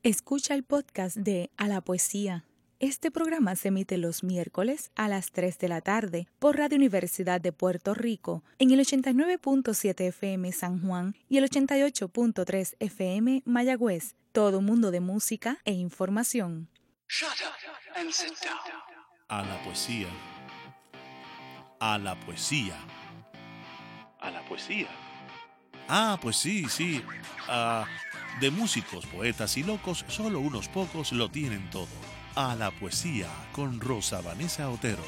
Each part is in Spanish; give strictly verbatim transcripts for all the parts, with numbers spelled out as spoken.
Escucha el podcast de A la Poesía. Este programa se emite los miércoles a las tres de la tarde por Radio Universidad de Puerto Rico en el ochenta y nueve punto siete F M San Juan y el ochenta y ocho punto tres F M Mayagüez. Todo un mundo de música e información. Shut up and sit down. A la poesía. A la poesía. A la poesía. Ah, pues sí, sí. Ah, de músicos, poetas y locos, solo unos pocos lo tienen todo. A la poesía con Rosa Vanessa Otero.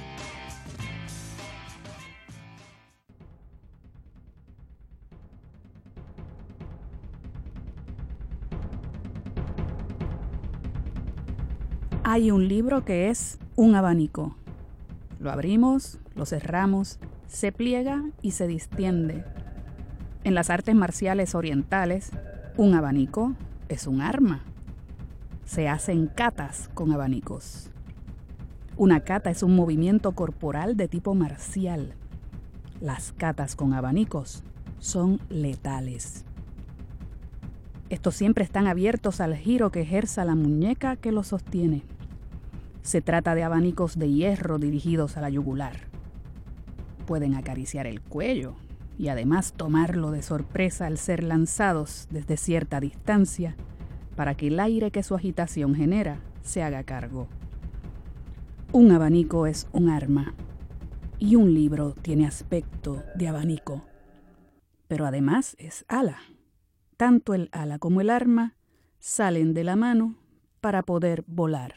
Hay un libro que es un abanico. Lo abrimos, lo cerramos, se pliega y se distiende. En las artes marciales orientales, un abanico es un arma. Se hacen katas con abanicos. Una kata es un movimiento corporal de tipo marcial. Las katas con abanicos son letales. Estos siempre están abiertos al giro que ejerza la muñeca que los sostiene. Se trata de abanicos de hierro dirigidos a la yugular. Pueden acariciar el cuello y además tomarlo de sorpresa al ser lanzados desde cierta distancia para que el aire que su agitación genera se haga cargo. Un abanico es un arma y un libro tiene aspecto de abanico, pero además es ala. Tanto el ala como el arma salen de la mano para poder volar.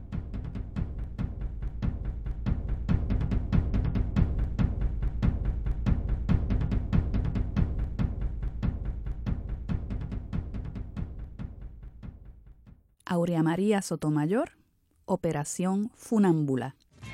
Aurea María Sotomayor, Operación Funámbula.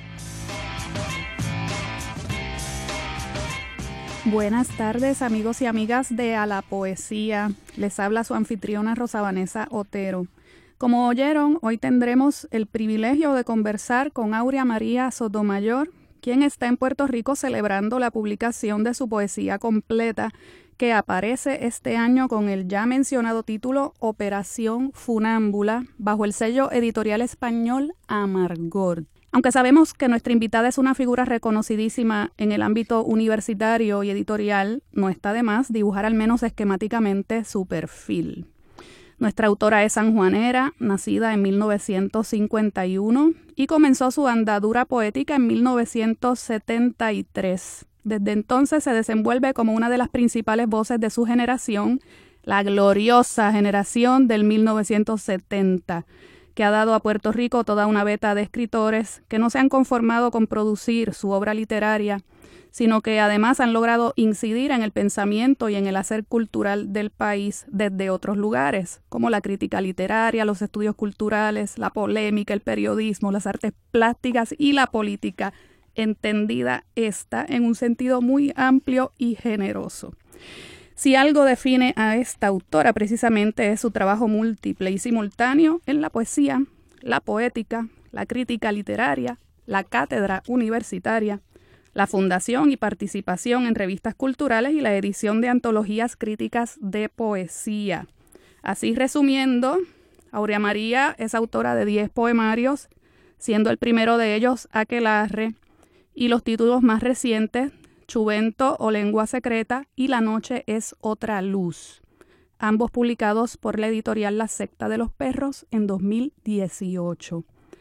Buenas tardes, amigos y amigas de A la Poesía. Les habla su anfitriona Rosa Vanessa Otero. Como oyeron, hoy tendremos el privilegio de conversar con Aurea María Sotomayor, quien está en Puerto Rico celebrando la publicación de su poesía completa, que aparece este año con el ya mencionado título Operación Funámbula, bajo el sello editorial español Amargor. Aunque sabemos que nuestra invitada es una figura reconocidísima en el ámbito universitario y editorial, no está de más dibujar al menos esquemáticamente su perfil. Nuestra autora es sanjuanera, nacida en mil novecientos cincuenta y uno y comenzó su andadura poética en mil novecientos setenta y tres. Desde entonces se desenvuelve como una de las principales voces de su generación, la gloriosa generación del mil novecientos setenta, que ha dado a Puerto Rico toda una veta de escritores que no se han conformado con producir su obra literaria, sino que además han logrado incidir en el pensamiento y en el hacer cultural del país desde otros lugares, como la crítica literaria, los estudios culturales, la polémica, el periodismo, las artes plásticas y la política, entendida esta en un sentido muy amplio y generoso. Si algo define a esta autora precisamente es su trabajo múltiple y simultáneo en la poesía, la poética, la crítica literaria, la cátedra universitaria, la fundación y participación en revistas culturales y la edición de antologías críticas de poesía. Así resumiendo, Aurea María es autora de diez poemarios, siendo el primero de ellos Aquelarre, y los títulos más recientes, Chuvento o Lengua Secreta y La Noche es Otra Luz, ambos publicados por la editorial La Secta de los Perros en dos mil dieciocho.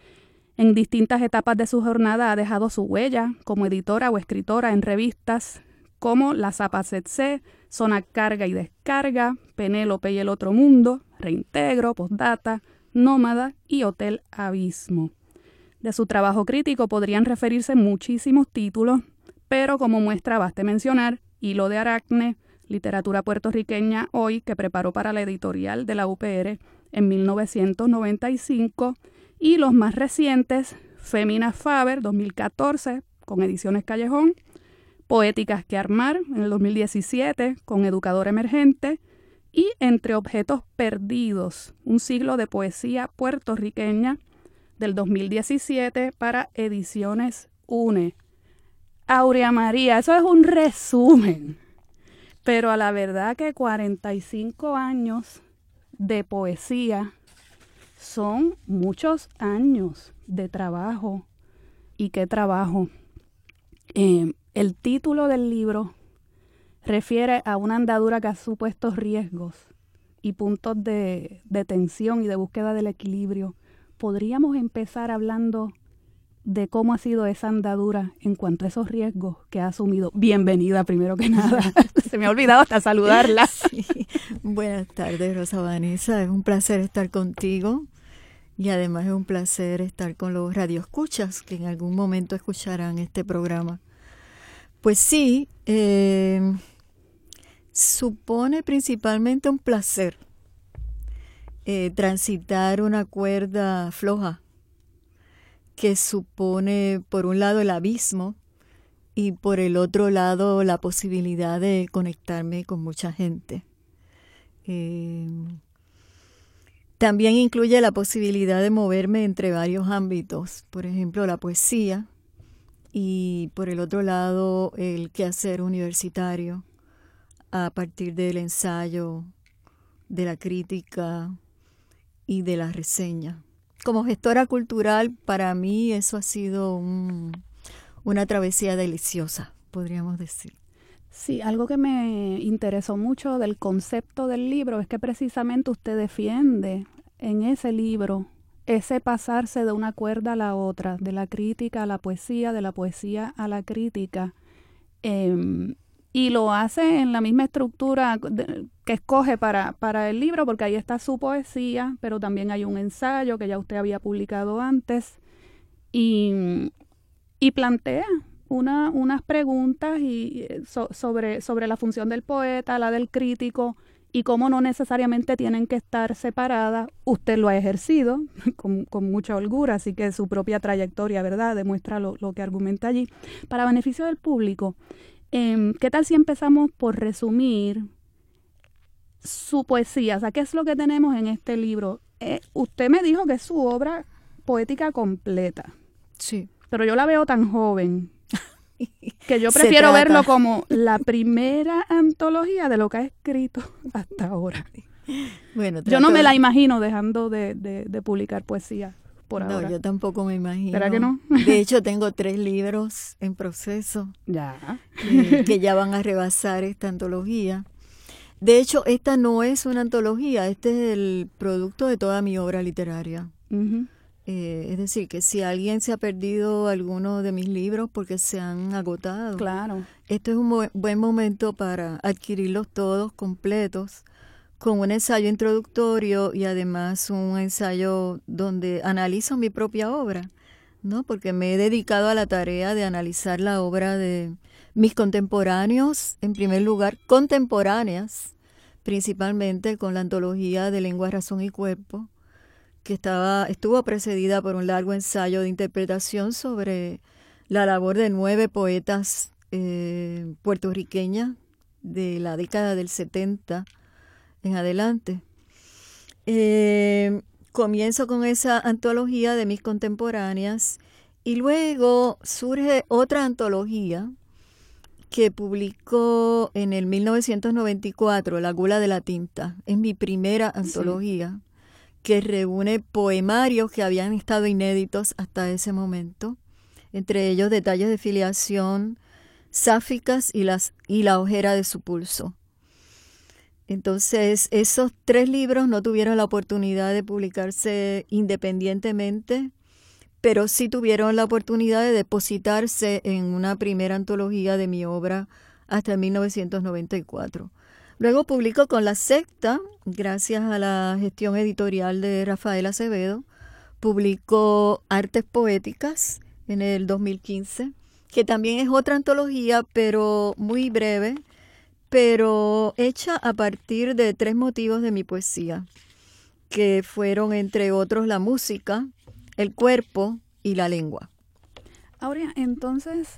En distintas etapas de su jornada ha dejado su huella como editora o escritora en revistas como La Zapacetsé, Zona Carga y Descarga, Penélope y el Otro Mundo, Reintegro, Postdata, Nómada y Hotel Abismo. De su trabajo crítico podrían referirse muchísimos títulos, pero como muestra baste mencionar Hilo de Aracne, literatura puertorriqueña hoy, que preparó para la editorial de la U P R en mil novecientos noventa y cinco, y los más recientes, Femina Faber, dos mil catorce, con Ediciones Callejón, Poéticas que Armar, en el dos mil diecisiete, con Educador Emergente, y Entre Objetos Perdidos, un siglo de poesía puertorriqueña, del dos mil diecisiete para Ediciones UNE. Aurea María, eso es un resumen, pero a la verdad que cuarenta y cinco años de poesía son muchos años de trabajo. ¿Y qué trabajo? Eh, el título del libro refiere a una andadura que ha supuesto riesgos y puntos de, de tensión y de búsqueda del equilibrio. ¿Podríamos empezar hablando de cómo ha sido esa andadura en cuanto a esos riesgos que ha asumido? Bienvenida, primero que nada. Se me ha olvidado hasta saludarla. Sí. Buenas tardes, Rosa Vanessa. Es un placer estar contigo y además es un placer estar con los radioescuchas que en algún momento escucharán este programa. Pues sí, eh, supone principalmente un placer eh, transitar una cuerda floja que supone por un lado el abismo y por el otro lado la posibilidad de conectarme con mucha gente. Eh, también incluye la posibilidad de moverme entre varios ámbitos, por ejemplo la poesía y por el otro lado el quehacer universitario a partir del ensayo, de la crítica y de la reseña. Como gestora cultural, para mí eso ha sido un, una travesía deliciosa, podríamos decir. Sí, algo que me interesó mucho del concepto del libro es que precisamente usted defiende en ese libro ese pasarse de una cuerda a la otra, de la crítica a la poesía, de la poesía a la crítica, eh, y lo hace en la misma estructura de, que escoge para, para el libro, porque ahí está su poesía, pero también hay un ensayo que ya usted había publicado antes, y, y plantea una, unas preguntas y, so, sobre, sobre la función del poeta, la del crítico, y cómo no necesariamente tienen que estar separadas. Usted lo ha ejercido con, con mucha holgura, así que su propia trayectoria, ¿verdad?, demuestra lo, lo que argumenta allí. Para beneficio del público, eh, ¿qué tal si empezamos por resumir su poesía? O sea, ¿qué es lo que tenemos en este libro? Eh, usted me dijo que es su obra poética completa. Sí. Pero yo la veo tan joven que yo prefiero verlo como la primera antología de lo que ha escrito hasta ahora. Bueno, yo no me la imagino dejando de, de, de publicar poesía por no, ahora. No, yo tampoco me imagino. ¿Verdad que no? De hecho, tengo tres libros en proceso ya. eh, que ya van a rebasar esta antología. De hecho, esta no es una antología, este es el producto de toda mi obra literaria. Uh-huh. Eh, es decir, que si alguien se ha perdido alguno de mis libros porque se han agotado, claro, este es un mo- buen momento para adquirirlos todos completos, con un ensayo introductorio y además un ensayo donde analizo mi propia obra, ¿no? Porque me he dedicado a la tarea de analizar la obra de mis contemporáneos, en primer lugar, contemporáneas, principalmente con la antología de Lengua, Razón y Cuerpo, que estaba, estuvo precedida por un largo ensayo de interpretación sobre la labor de nueve poetas eh, puertorriqueñas de la década del setenta en adelante. Eh, comienzo con esa antología de mis contemporáneas y luego surge otra antología que publicó en el mil novecientos noventa y cuatro, La Gula de la Tinta. Es mi primera antología. Sí. Que reúne poemarios que habían estado inéditos hasta ese momento, entre ellos Detalles de filiación, Sáficas y, las, y La ojera de su pulso. Entonces, esos tres libros no tuvieron la oportunidad de publicarse independientemente, pero sí tuvieron la oportunidad de depositarse en una primera antología de mi obra hasta mil novecientos noventa y cuatro. Luego publico con La Secta, gracias a la gestión editorial de Rafael Acevedo, publicó Artes Poéticas en el dos mil quince, que también es otra antología, pero muy breve, pero hecha a partir de tres motivos de mi poesía, que fueron, entre otros, la música, el cuerpo y la lengua. Aurea, entonces,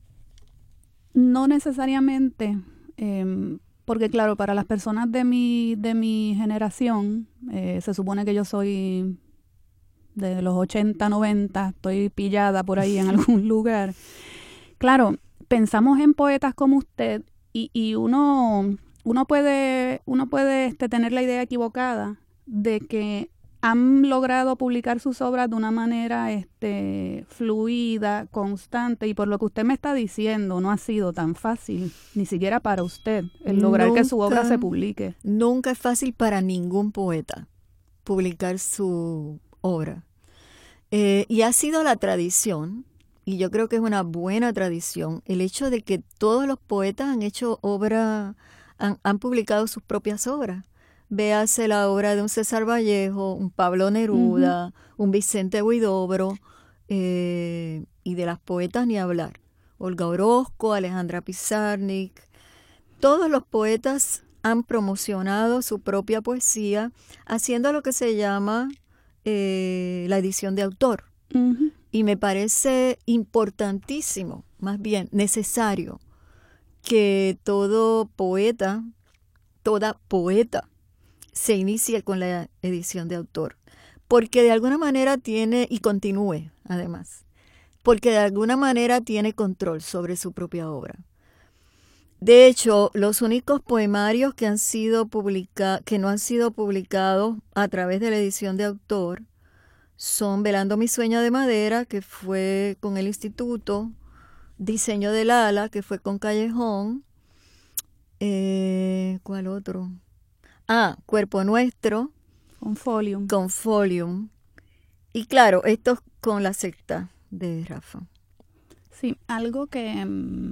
no necesariamente... Eh, Porque claro, para las personas de mi, de mi generación, eh, se supone que yo soy de los ochenta, noventa, estoy pillada por ahí en algún lugar. Claro, pensamos en poetas como usted y, y uno, uno puede, uno puede este, tener la idea equivocada de que han logrado publicar sus obras de una manera este, fluida, constante, y por lo que usted me está diciendo, no ha sido tan fácil, ni siquiera para usted, el lograr nunca, que su obra se publique. Nunca es fácil para ningún poeta publicar su obra. Eh, y ha sido la tradición, y yo creo que es una buena tradición, el hecho de que todos los poetas han hecho obra, han, han publicado sus propias obras. Véase la obra de un César Vallejo, un Pablo Neruda, uh-huh. un Vicente Huidobro, eh, y de las poetas ni hablar. Olga Orozco, Alejandra Pizarnik. Todos los poetas han promocionado su propia poesía haciendo lo que se llama eh, la edición de autor. Uh-huh. Y me parece importantísimo, más bien necesario, que todo poeta, toda poeta, se inicie con la edición de autor, porque de alguna manera tiene, y continúe además, porque de alguna manera tiene control sobre su propia obra. De hecho, los únicos poemarios que han sido publica- que no han sido publicados a través de la edición de autor son Velando mi sueño de madera, que fue con el Instituto, Diseño del ala, que fue con Callejón, eh, ¿cuál otro? Ah, Cuerpo Nuestro. Con Folium. Con Folium. Y claro, esto con la secta de Rafa. Sí, algo que,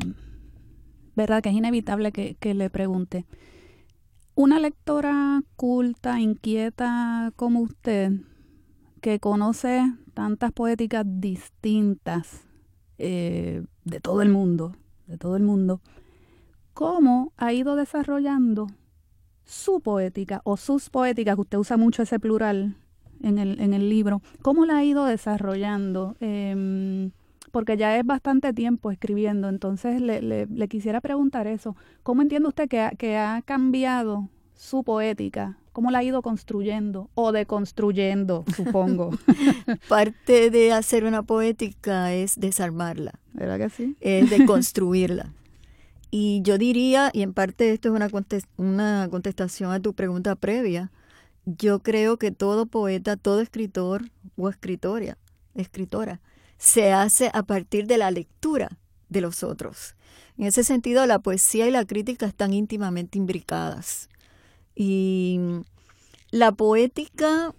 verdad, que es inevitable que, que le pregunte. Una lectora culta, inquieta como usted, que conoce tantas poéticas distintas eh, de todo el mundo, de todo el mundo, ¿cómo ha ido desarrollando su poética o sus poéticas, que usted usa mucho ese plural en el, en el libro, cómo la ha ido desarrollando? Eh, porque ya es bastante tiempo escribiendo, entonces le, le, le quisiera preguntar eso. ¿Cómo entiende usted que ha, que ha cambiado su poética? ¿Cómo la ha ido construyendo o deconstruyendo, supongo? Parte de hacer una poética es desarmarla. ¿Verdad que sí? Es deconstruirla. Y yo diría, y en parte esto es una, contest- una contestación a tu pregunta previa, yo creo que todo poeta, todo escritor o escritora, escritora, se hace a partir de la lectura de los otros. En ese sentido, la poesía y la crítica están íntimamente imbricadas. Y la poética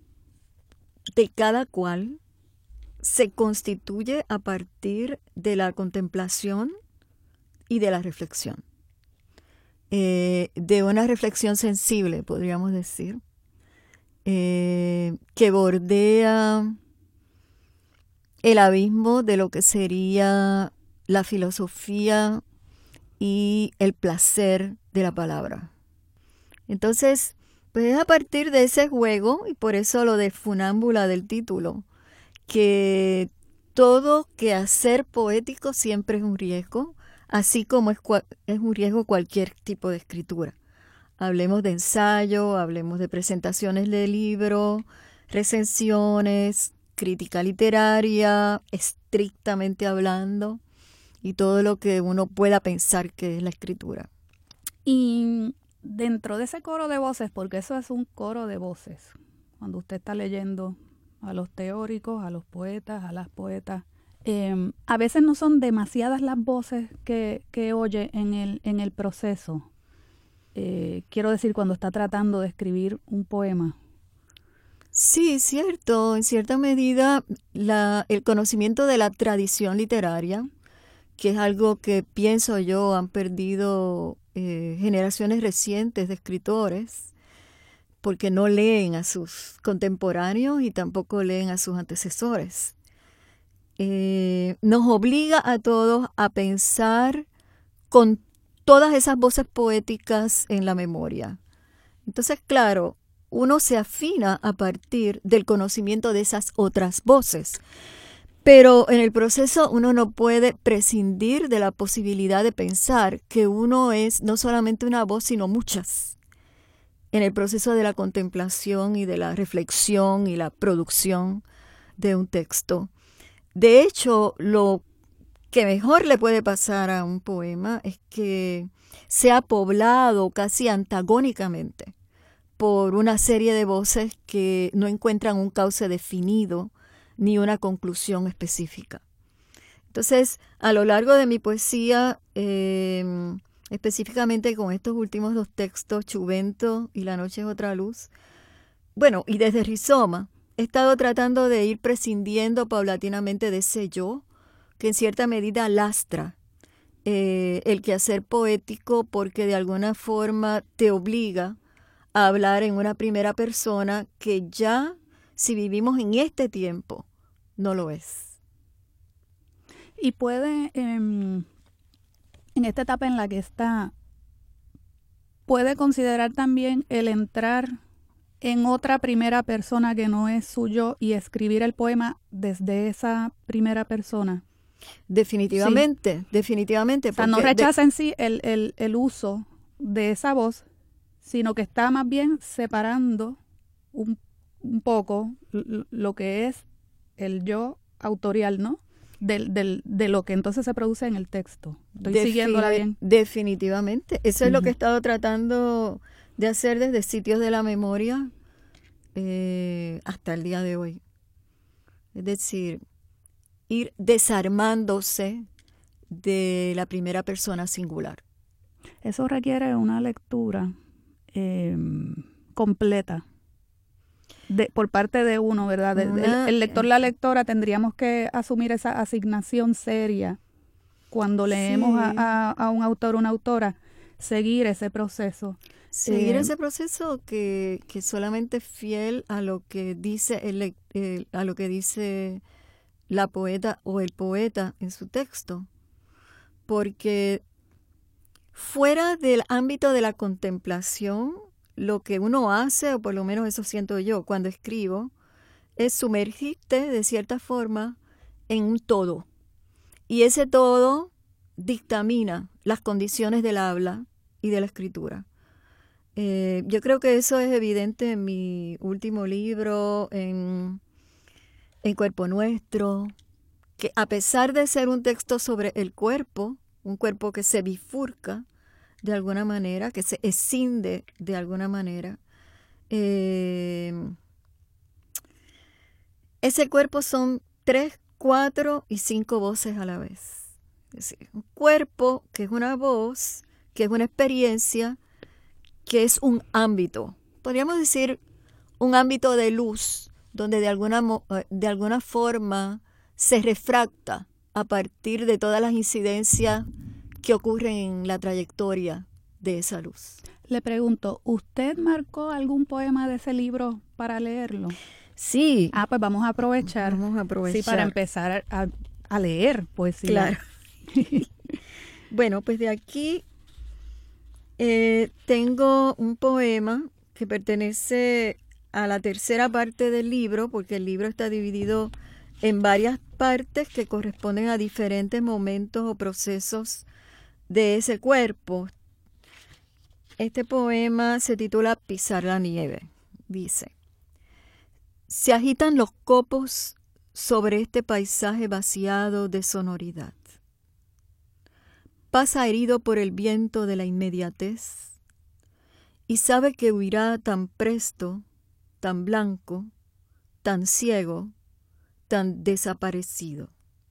de cada cual se constituye a partir de la contemplación y de la reflexión, eh, de una reflexión sensible, podríamos decir, eh, que bordea el abismo de lo que sería la filosofía y el placer de la palabra. Entonces, pues es a partir de ese juego, y por eso lo de funámbula del título, que todo quehacer poético siempre es un riesgo, así como es, es un riesgo cualquier tipo de escritura. Hablemos de ensayo, hablemos de presentaciones de libro, recensiones, crítica literaria, estrictamente hablando, y todo lo que uno pueda pensar que es la escritura. Y dentro de ese coro de voces, porque eso es un coro de voces, cuando usted está leyendo a los teóricos, a los poetas, a las poetas, Eh, a veces no son demasiadas las voces que, que oye en el, en el proceso. Eh, quiero decir, cuando está tratando de escribir un poema. Sí, cierto. En cierta medida, la, el conocimiento de la tradición literaria, que es algo que pienso yo han perdido eh, generaciones recientes de escritores, porque no leen a sus contemporáneos y tampoco leen a sus antecesores. Eh, nos obliga a todos a pensar con todas esas voces poéticas en la memoria. Entonces, claro, uno se afina a partir del conocimiento de esas otras voces, pero en el proceso uno no puede prescindir de la posibilidad de pensar que uno es no solamente una voz, sino muchas, en el proceso de la contemplación y de la reflexión y la producción de un texto. De hecho, lo que mejor le puede pasar a un poema es que sea poblado casi antagónicamente por una serie de voces que no encuentran un cauce definido ni una conclusión específica. Entonces, a lo largo de mi poesía, eh, específicamente con estos últimos dos textos, Chuvento y La noche es otra luz, bueno, y desde Rizoma, he estado tratando de ir prescindiendo paulatinamente de ese yo, que en cierta medida lastra eh, el quehacer poético porque de alguna forma te obliga a hablar en una primera persona que ya, si vivimos en este tiempo, no lo es. Y puede, eh, en esta etapa en la que está, puede considerar también el entrar en otra primera persona que no es su yo y escribir el poema desde esa primera persona. Definitivamente, sí. definitivamente. O sea, no rechaza de... en sí el, el, el uso de esa voz, sino que está más bien separando un, un poco lo que es el yo autorial, ¿no? Del, del, de lo que entonces se produce en el texto. Estoy Defin- siguiéndola bien. Definitivamente. Eso uh-huh. es lo que he estado tratando de hacer desde Sitios de la Memoria eh, hasta el día de hoy. Es decir, ir desarmándose de la primera persona singular. Eso requiere una lectura eh, completa de, por parte de uno, ¿verdad? De, una, el, el lector, la lectora, tendríamos que asumir esa asignación seria cuando leemos sí. a, a, a un autor o una autora, seguir ese proceso. Seguir eh, ese proceso que, que solamente es fiel a lo que dice el, el, a lo que dice la poeta o el poeta en su texto. Porque fuera del ámbito de la contemplación, lo que uno hace, o por lo menos eso siento yo cuando escribo, es sumergirte de cierta forma en un todo. Y ese todo dictamina las condiciones del habla y de la escritura. Eh, yo creo que eso es evidente en mi último libro, en, en Cuerpo Nuestro, que a pesar de ser un texto sobre el cuerpo, un cuerpo que se bifurca de alguna manera, que se escinde de alguna manera, eh, ese cuerpo son tres, cuatro y cinco voces a la vez. Es decir, un cuerpo que es una voz, que es una experiencia, que es un ámbito, podríamos decir un ámbito de luz, donde de alguna, de alguna forma se refracta a partir de todas las incidencias que ocurren en la trayectoria de esa luz. Le pregunto, ¿usted marcó algún poema de ese libro para leerlo? Sí. Ah, pues vamos a aprovechar. Vamos a aprovechar. Sí, para empezar a, a leer poesía. Claro. Bueno, pues de aquí eh, tengo un poema que pertenece a la tercera parte del libro, porque el libro está dividido en varias partes que corresponden a diferentes momentos o procesos de ese cuerpo. Este poema se titula Pisar la nieve. Dice: se agitan los copos sobre este paisaje vaciado de sonoridad. Pasa herido por el viento de la inmediatez y sabe que huirá tan presto, tan blanco, tan ciego, tan desaparecido.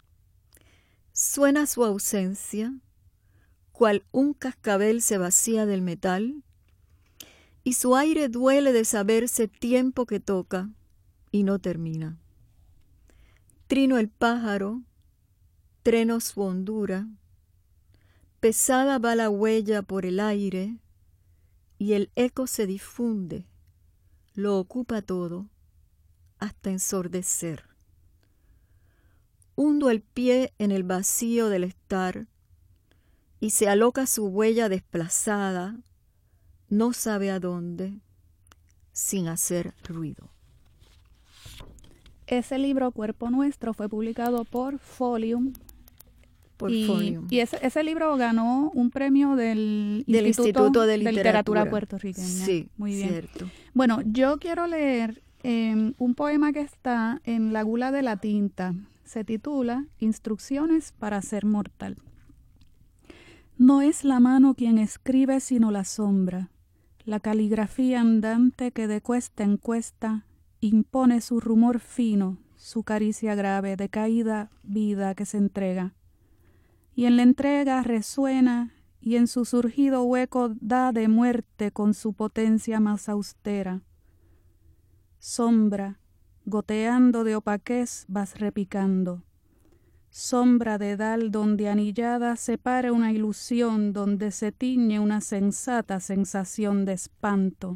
Suena su ausencia, cual un cascabel se vacía del metal, y su aire duele de saberse tiempo que toca y no termina. Trino el pájaro, treno su hondura, pesada va la huella por el aire, y el eco se difunde, lo ocupa todo, hasta ensordecer. Hundo el pie en el vacío del estar, y se aloca su huella desplazada, no sabe a dónde, sin hacer ruido. Ese libro, Cuerpo Nuestro, fue publicado por Folium. Por y, Folium. Y ese, ese libro ganó un premio del, del Instituto, Instituto de, de Literatura. Literatura Puertorriqueña. Sí, muy bien. Cierto. Bueno, yo quiero leer eh, un poema que está en La gula de la tinta. Se titula Instrucciones para ser mortal. No es la mano quien escribe, sino la sombra, la caligrafía andante que de cuesta en cuesta impone su rumor fino, su caricia grave de caída vida que se entrega. Y en la entrega resuena y en su surgido hueco da de muerte con su potencia más austera. Sombra, goteando de opaquez vas repicando. Sombra de dal donde anillada se pare una ilusión, donde se tiñe una sensata sensación de espanto.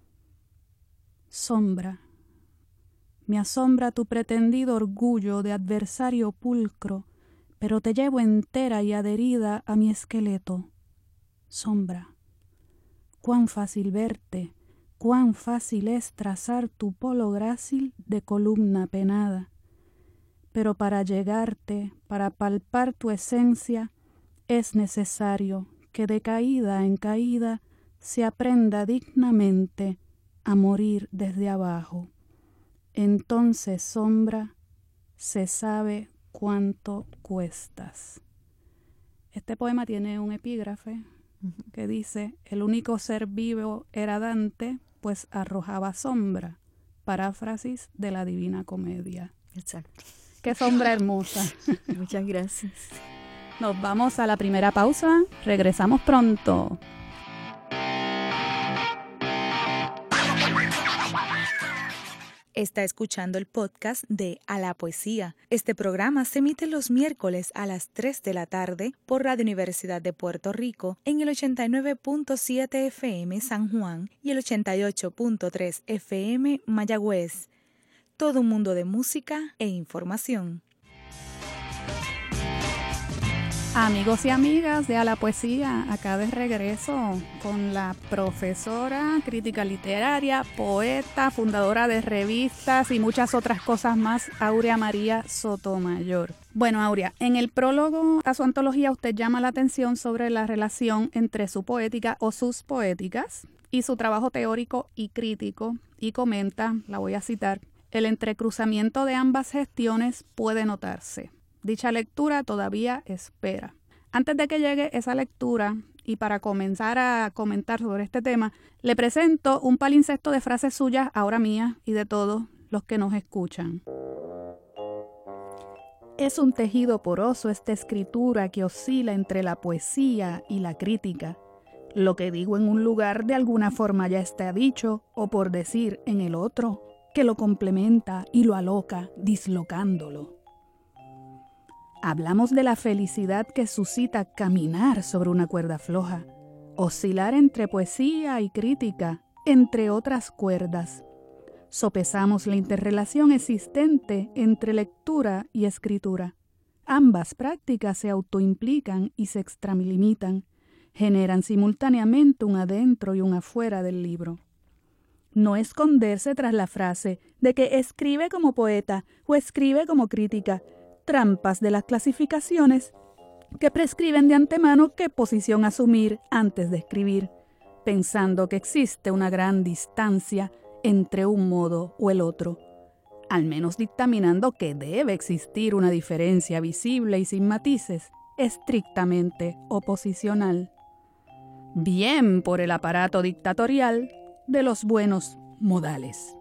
Sombra, me asombra tu pretendido orgullo de adversario pulcro, pero te llevo entera y adherida a mi esqueleto. Sombra, cuán fácil verte, cuán fácil es trazar tu polo grácil de columna penada. Pero para llegarte, para palpar tu esencia, es necesario que de caída en caída se aprenda dignamente a morir desde abajo. Entonces, sombra, se sabe cuánto cuestas. Este poema tiene un epígrafe que dice: el único ser vivo era Dante, pues arrojaba sombra. Paráfrasis de la Divina Comedia. Exacto. ¡Qué sombra hermosa! Muchas gracias. Nos vamos a la primera pausa. Regresamos pronto. Está escuchando el podcast de A la Poesía. Este programa se emite los miércoles a las tres de la tarde por Radio Universidad de Puerto Rico en el ochenta y nueve punto siete F M San Juan y el ochenta y ocho punto tres F M Mayagüez. Todo un mundo de música e información. Amigos y amigas de A la Poesía, acá de regreso con la profesora, crítica literaria, poeta, fundadora de revistas y muchas otras cosas más, Aurea María Sotomayor. Bueno, Aurea, en el prólogo a su antología usted llama la atención sobre la relación entre su poética o sus poéticas y su trabajo teórico y crítico y comenta, la voy a citar: el entrecruzamiento de ambas gestiones puede notarse. Dicha lectura todavía espera. Antes de que llegue esa lectura, y para comenzar a comentar sobre este tema, le presento un palincesto de frases suyas, ahora mías y de todos los que nos escuchan. Es un tejido poroso esta escritura que oscila entre la poesía y la crítica. Lo que digo en un lugar de alguna forma ya está dicho, o por decir en el otro, que lo complementa y lo aloca, dislocándolo. Hablamos de la felicidad que suscita caminar sobre una cuerda floja, oscilar entre poesía y crítica, entre otras cuerdas. Sopesamos la interrelación existente entre lectura y escritura. Ambas prácticas se autoimplican y se extralimitan, generan simultáneamente un adentro y un afuera del libro. No esconderse tras la frase de que escribe como poeta o escribe como crítica, trampas de las clasificaciones que prescriben de antemano qué posición asumir antes de escribir, pensando que existe una gran distancia entre un modo o el otro, al menos dictaminando que debe existir una diferencia visible y sin matices, estrictamente oposicional. Bien por el aparato dictatorial de los buenos modales.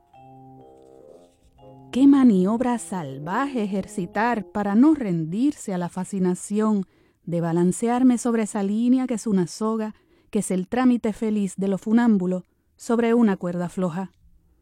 Qué maniobra salvaje ejercitar para no rendirse a la fascinación de balancearme sobre esa línea que es una soga, que es el trámite feliz de lo funámbulo sobre una cuerda floja.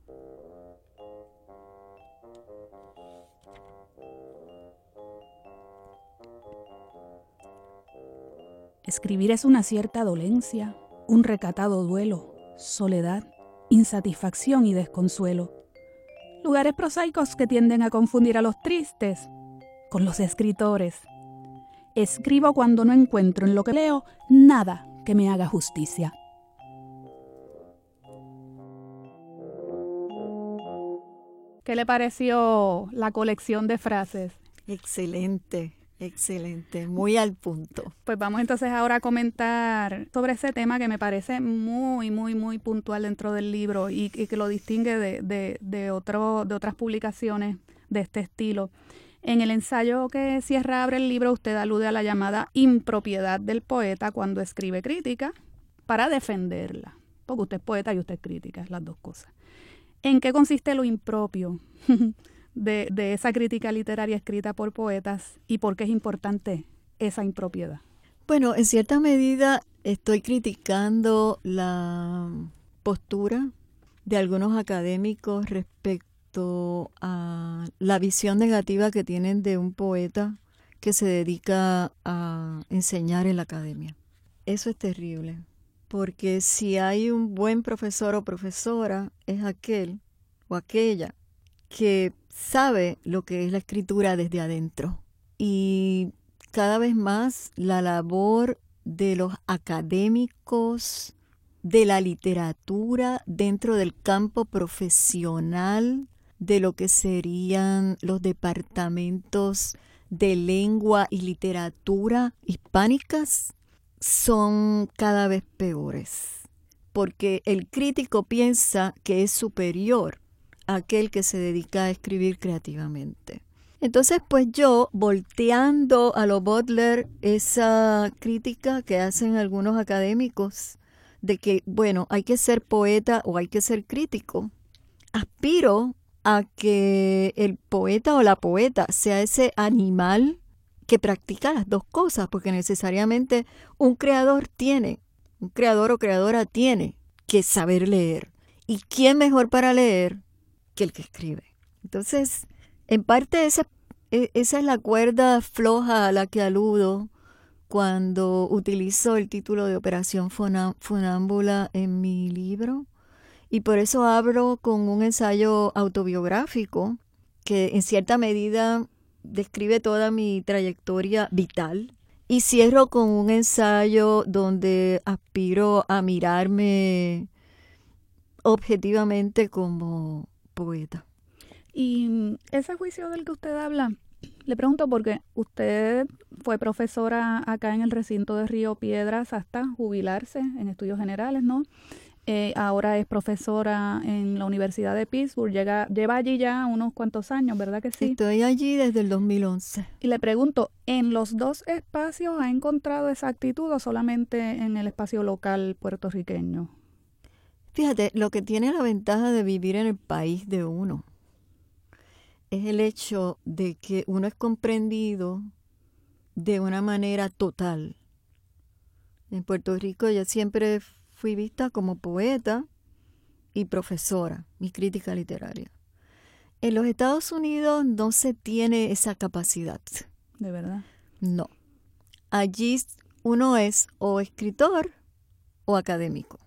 Escribir es una cierta dolencia, un recatado duelo, soledad, insatisfacción y desconsuelo. Lugares prosaicos que tienden a confundir a los tristes con los escritores. Escribo cuando no encuentro en lo que leo nada que me haga justicia. ¿Qué le pareció la colección de frases? Excelente, excelente, muy al punto. Pues vamos entonces ahora a comentar sobre ese tema que me parece muy, muy, muy puntual dentro del libro y, y que lo distingue de, de, de, otro, de otras publicaciones de este estilo. En el ensayo que cierra Abre el libro, usted alude a la llamada impropiedad del poeta cuando escribe crítica para defenderla. porque usted es poeta y usted es crítica, las dos cosas. ¿En qué consiste lo impropio de, de esa crítica literaria escrita por poetas y por qué es importante esa impropiedad? Bueno, en cierta medida estoy criticando la postura de algunos académicos respecto a la visión negativa que tienen de un poeta que se dedica a enseñar en la academia. Eso es terrible, porque si hay un buen profesor o profesora, es aquel o aquella que sabe lo que es la escritura desde adentro. Y cada vez más la labor de los académicos de la literatura dentro del campo profesional de lo que serían los departamentos de lengua y literatura hispánicas son cada vez peores, porque el crítico piensa que es superior a aquel que se dedica a escribir creativamente. Entonces, pues yo, volteando a lo Butler, esa crítica que hacen algunos académicos de que, bueno, hay que ser poeta o hay que ser crítico, aspiro a que el poeta o la poeta sea ese animal que practica las dos cosas, porque necesariamente un creador tiene, un creador o creadora tiene que saber leer. ¿Y quién mejor para leer que el que escribe? Entonces, en parte esa, esa es la cuerda floja a la que aludo cuando utilizo el título de Operación Funámbula en mi libro. Y por eso abro con un ensayo autobiográfico que en cierta medida describe toda mi trayectoria vital. Y cierro con un ensayo donde aspiro a mirarme objetivamente como poeta. Y ese juicio del que usted habla, le pregunto porque usted fue profesora acá en el recinto de Río Piedras hasta jubilarse en estudios generales, ¿no? Eh, ahora es profesora en la Universidad de Pittsburgh, llega, lleva allí ya unos cuantos años, ¿verdad que sí? Estoy allí desde el dos mil once. Y le pregunto, ¿en los dos espacios ha encontrado esa actitud o solamente en el espacio local puertorriqueño? Fíjate, lo que tiene la ventaja de vivir en el país de uno es el hecho de que uno es comprendido de una manera total. En Puerto Rico yo siempre fui vista como poeta y profesora, mi crítica literaria. En los Estados Unidos no se tiene esa capacidad. ¿De verdad? No. Allí uno es o escritor o académico.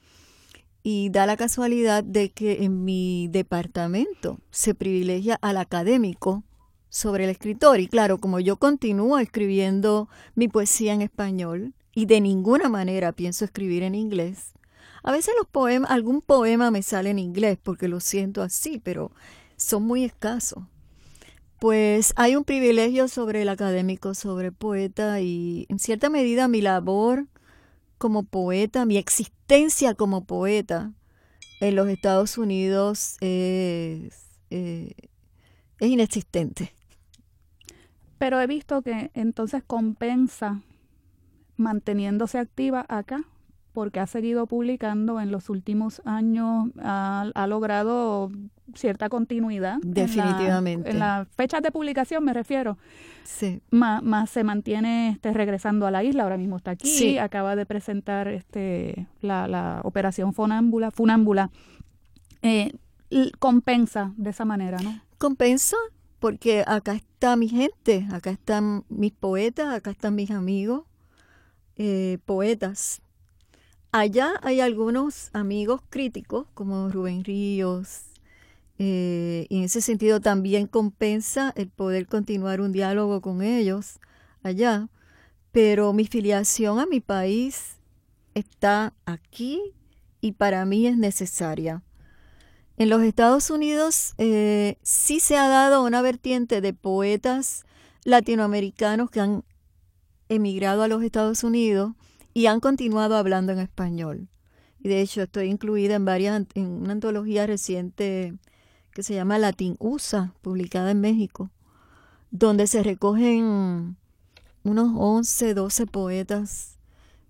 Y da la casualidad de que en mi departamento se privilegia al académico sobre el escritor. Y claro, como yo continúo escribiendo mi poesía en español y de ninguna manera pienso escribir en inglés, a veces los poemas, algún poema me sale en inglés porque lo siento así, pero son muy escasos. Pues hay un privilegio sobre el académico, sobre el poeta, y en cierta medida mi labor como poeta, mi existencia como poeta en los Estados Unidos es, eh, es inexistente. Pero he visto que entonces compensa manteniéndose activa acá, porque ha seguido publicando en los últimos años, ha, ha logrado cierta continuidad. Definitivamente. En las la fechas de publicación me refiero. Sí. Más, más se mantiene este, regresando a la isla, ahora mismo está aquí, sí. Acaba de presentar este la, la operación Funámbula, Funámbula. Eh, compensa de esa manera, ¿no? Compensa porque acá está mi gente, acá están mis poetas, acá están mis amigos, eh, poetas. Allá hay algunos amigos críticos como Rubén Ríos, eh, y en ese sentido también compensa el poder continuar un diálogo con ellos allá, pero mi filiación a mi país está aquí y para mí es necesaria. En los Estados Unidos eh, sí se ha dado una vertiente de poetas latinoamericanos que han emigrado a los Estados Unidos y han continuado hablando en español. Y de hecho estoy incluida en varias, en una antología reciente que se llama Latin U S A, publicada en México, donde se recogen unos once, doce poetas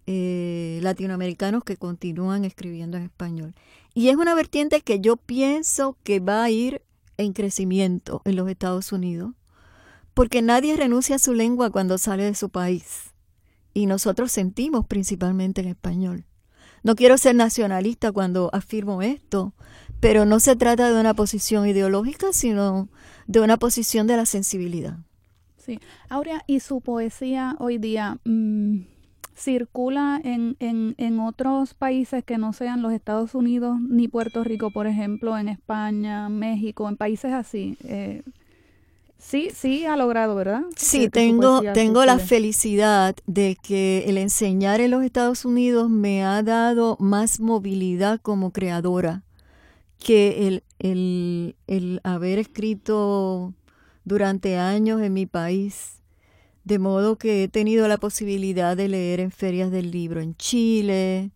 eh, latinoamericanos que continúan escribiendo en español. Y es una vertiente que yo pienso que va a ir en crecimiento en los Estados Unidos, porque nadie renuncia a su lengua cuando sale de su país. Y nosotros sentimos principalmente en español. No quiero ser nacionalista cuando afirmo esto, pero no se trata de una posición ideológica, sino de una posición de la sensibilidad. Sí. Aurea, ¿y su poesía hoy día mmm, circula en, en, en otros países que no sean los Estados Unidos ni Puerto Rico, por ejemplo, en España, México, en países así? Eh, sí, sí ha logrado, ¿verdad? Sí, que, tengo, que tengo la felicidad de que el enseñar en los Estados Unidos me ha dado más movilidad como creadora que el, el, el haber escrito durante años en mi país, de modo que he tenido la posibilidad de leer en ferias del libro en Chile,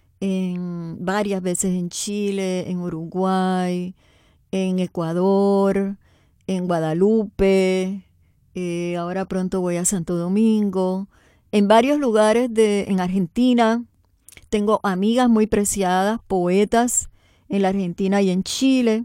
en varias veces en Chile, en Uruguay, en Ecuador, en Guadalupe, eh, ahora pronto voy a Santo Domingo, en varios lugares de, en Argentina. Tengo amigas muy preciadas, poetas en la Argentina y en Chile.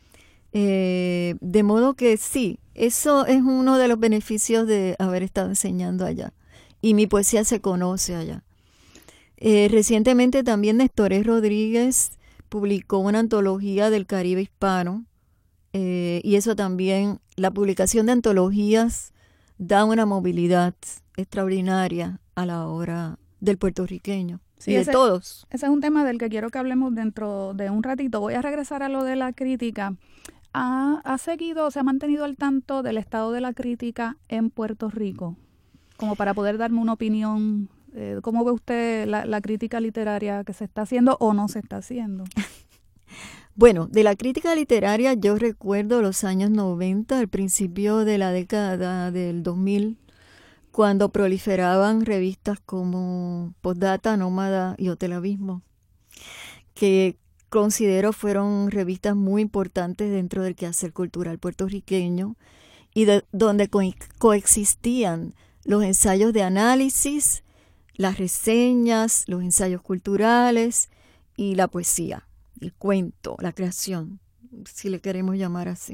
Eh, de modo que sí, eso es uno de los beneficios de haber estado enseñando allá. Y mi poesía se conoce allá. Eh, recientemente también Néstor Rodríguez publicó una antología del Caribe hispano. Eh, y eso también, la publicación de antologías da una movilidad extraordinaria a la obra del puertorriqueño. Sí, y de ese, todos. Ese es un tema del que quiero que hablemos dentro de un ratito. Voy a regresar a lo de la crítica. ¿Ha, ha seguido, se ha mantenido al tanto del estado de la crítica en Puerto Rico? Como para poder darme una opinión, eh, ¿cómo ve usted la, la crítica literaria que se está haciendo o no se está haciendo? Bueno, de la crítica literaria yo recuerdo los años noventa, al principio de la década del dos mil, cuando proliferaban revistas como Postdata, Nómada y Hotel Abismo, que considero fueron revistas muy importantes dentro del quehacer cultural puertorriqueño y de, donde co- coexistían los ensayos de análisis, las reseñas, los ensayos culturales y la poesía, el cuento, la creación, si le queremos llamar así.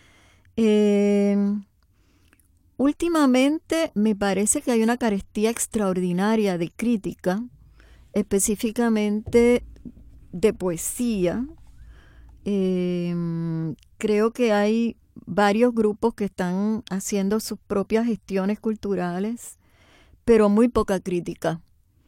Eh, últimamente me parece que hay una carestía extraordinaria de crítica, específicamente de poesía. Eh, creo que hay varios grupos que están haciendo sus propias gestiones culturales, pero muy poca crítica.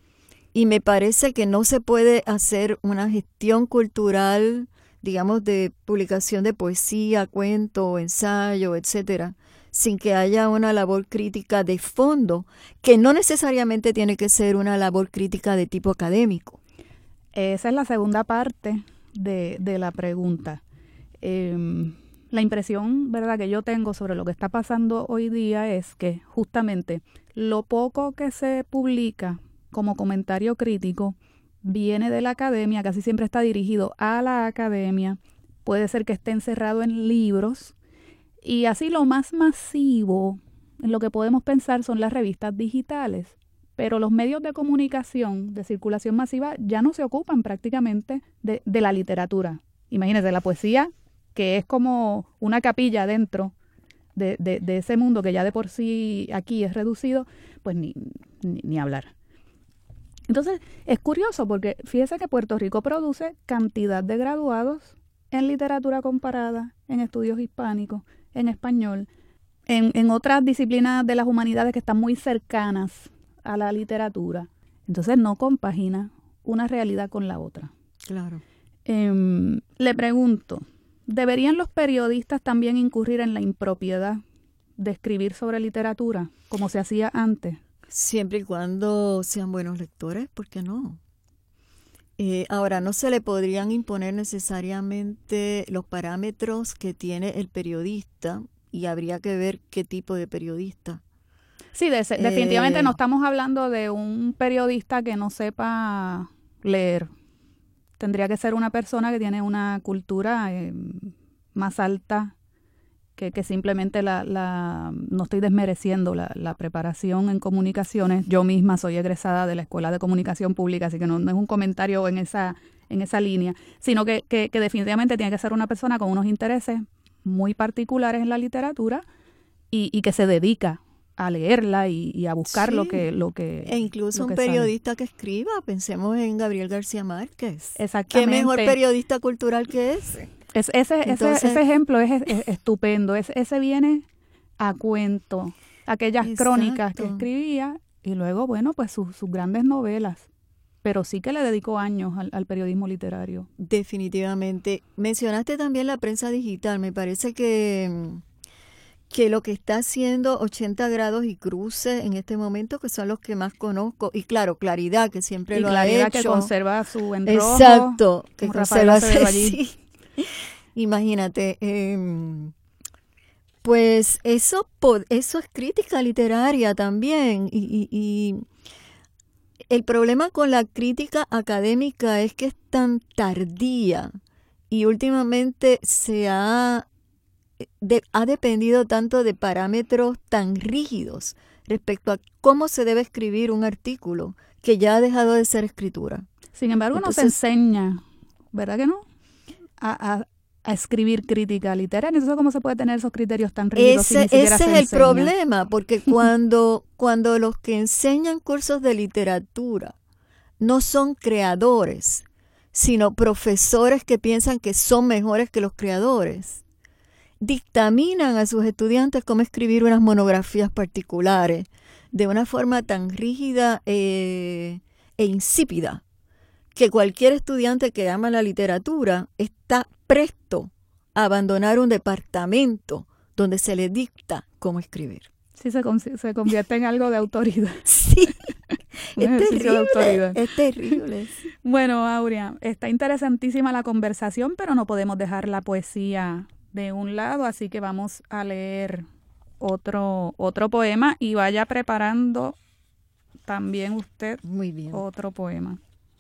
Y me parece que no se puede hacer una gestión cultural, digamos, de publicación de poesía, cuento, ensayo, etcétera, sin que haya una labor crítica de fondo, que no necesariamente tiene que ser una labor crítica de tipo académico. Esa es la segunda parte de, de la pregunta. Eh, la impresión, ¿verdad?, que yo tengo sobre lo que está pasando hoy día es que justamente lo poco que se publica como comentario crítico viene de la academia, casi siempre está dirigido a la academia, puede ser que esté encerrado en libros, y así lo más masivo en lo que podemos pensar son las revistas digitales. Pero los medios de comunicación de circulación masiva ya no se ocupan prácticamente de, de la literatura. Imagínense, la poesía, que es como una capilla dentro de, de, de ese mundo que ya de por sí aquí es reducido, pues ni, ni, ni hablar. Entonces, es curioso porque fíjese que Puerto Rico produce cantidad de graduados en literatura comparada, en estudios hispánicos, en español, en, en otras disciplinas de las humanidades que están muy cercanas a la literatura. Entonces no compagina una realidad con la otra. Claro. Eh, le pregunto, ¿deberían los periodistas también incurrir en la impropiedad de escribir sobre literatura, como se hacía antes? Siempre y cuando sean buenos lectores, ¿por qué no? Eh, ahora, no se le podrían imponer necesariamente los parámetros que tiene el periodista y habría que ver qué tipo de periodista. Sí, de, eh, definitivamente no estamos hablando de un periodista que no sepa leer. Tendría que ser una persona que tiene una cultura eh, más alta que, que simplemente la, la, no estoy desmereciendo la, la preparación en comunicaciones. Yo misma soy egresada de la Escuela de Comunicación Pública, así que no, no es un comentario en esa, en esa línea, sino que, que, que definitivamente tiene que ser una persona con unos intereses muy particulares en la literatura y, y que se dedica a leerla y, y a buscar sí. lo que lo que e incluso lo un que periodista sabe. que escriba, pensemos en Gabriel García Márquez. Exactamente. ¿Qué mejor periodista cultural que ese? Es, ese, Entonces, ese ese ejemplo es, es estupendo. Es, ese viene a cuento, aquellas exacto. crónicas que escribía y luego, bueno, pues sus, sus grandes novelas. Pero sí que le dedicó años al, al periodismo literario. Definitivamente. Mencionaste también la prensa digital. Me parece que, que lo que está haciendo ochenta grados y Cruce en este momento, que son los que más conozco, y claro, Claridad, que siempre y lo Claridad ha hecho. que conserva su enrojo. Exacto, que conserva allí. Sí. Imagínate, eh, pues eso, eso es crítica literaria también, y, y, y el problema con la crítica académica es que es tan tardía y últimamente se ha, de, ha dependido tanto de parámetros tan rígidos respecto a cómo se debe escribir un artículo que ya ha dejado de ser escritura. Sin embargo, Entonces, no se enseña, ¿verdad que no? A, a, a escribir crítica literaria. Entonces, ¿cómo se puede tener esos criterios tan rígidos ese, si ni siquiera ese se es el enseña? problema, porque cuando, cuando los que enseñan cursos de literatura no son creadores, sino profesores que piensan que son mejores que los creadores, dictaminan a sus estudiantes cómo escribir unas monografías particulares de una forma tan rígida eh, e insípida, que cualquier estudiante que ama la literatura está presto a abandonar un departamento donde se le dicta cómo escribir. Sí, se, se convierte en algo de autoridad. Sí, un es ejercicio terrible, de autoridad. Es terrible. Bueno, Aurea, está interesantísima la conversación, pero no podemos dejar la poesía de un lado, así que vamos a leer otro, otro poema y vaya preparando también usted Muy bien. otro poema.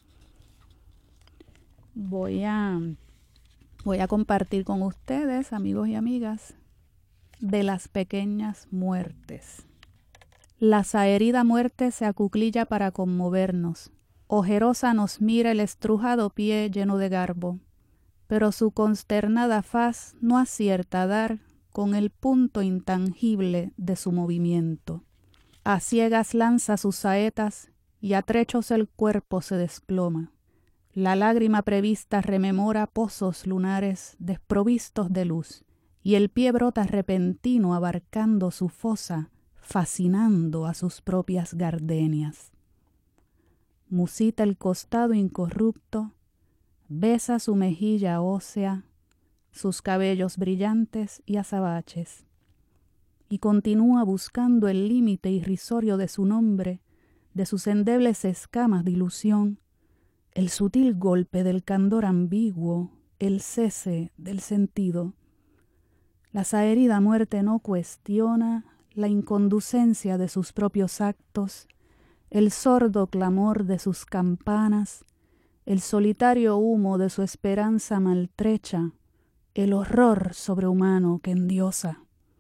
Voy a, voy a compartir con ustedes, amigos y amigas, de las pequeñas muertes. La saherida muerte se acuclilla para conmovernos. Ojerosa nos mira el estrujado pie lleno de garbo, pero su consternada faz no acierta a dar con el punto intangible de su movimiento. A ciegas lanza sus saetas y a trechos el cuerpo se desploma. La lágrima prevista rememora pozos lunares desprovistos de luz, y el pie brota repentino abarcando su fosa, fascinando a sus propias gardenias. Musita el costado incorrupto, besa su mejilla ósea, sus cabellos brillantes y azabaches, y continúa buscando el límite irrisorio de su nombre, de sus endebles escamas de ilusión, el sutil golpe del candor ambiguo, el cese del sentido. La saherida muerte no cuestiona la inconducencia de sus propios actos, el sordo clamor de sus campanas, el solitario humo de su esperanza maltrecha, el horror sobrehumano que endiosa.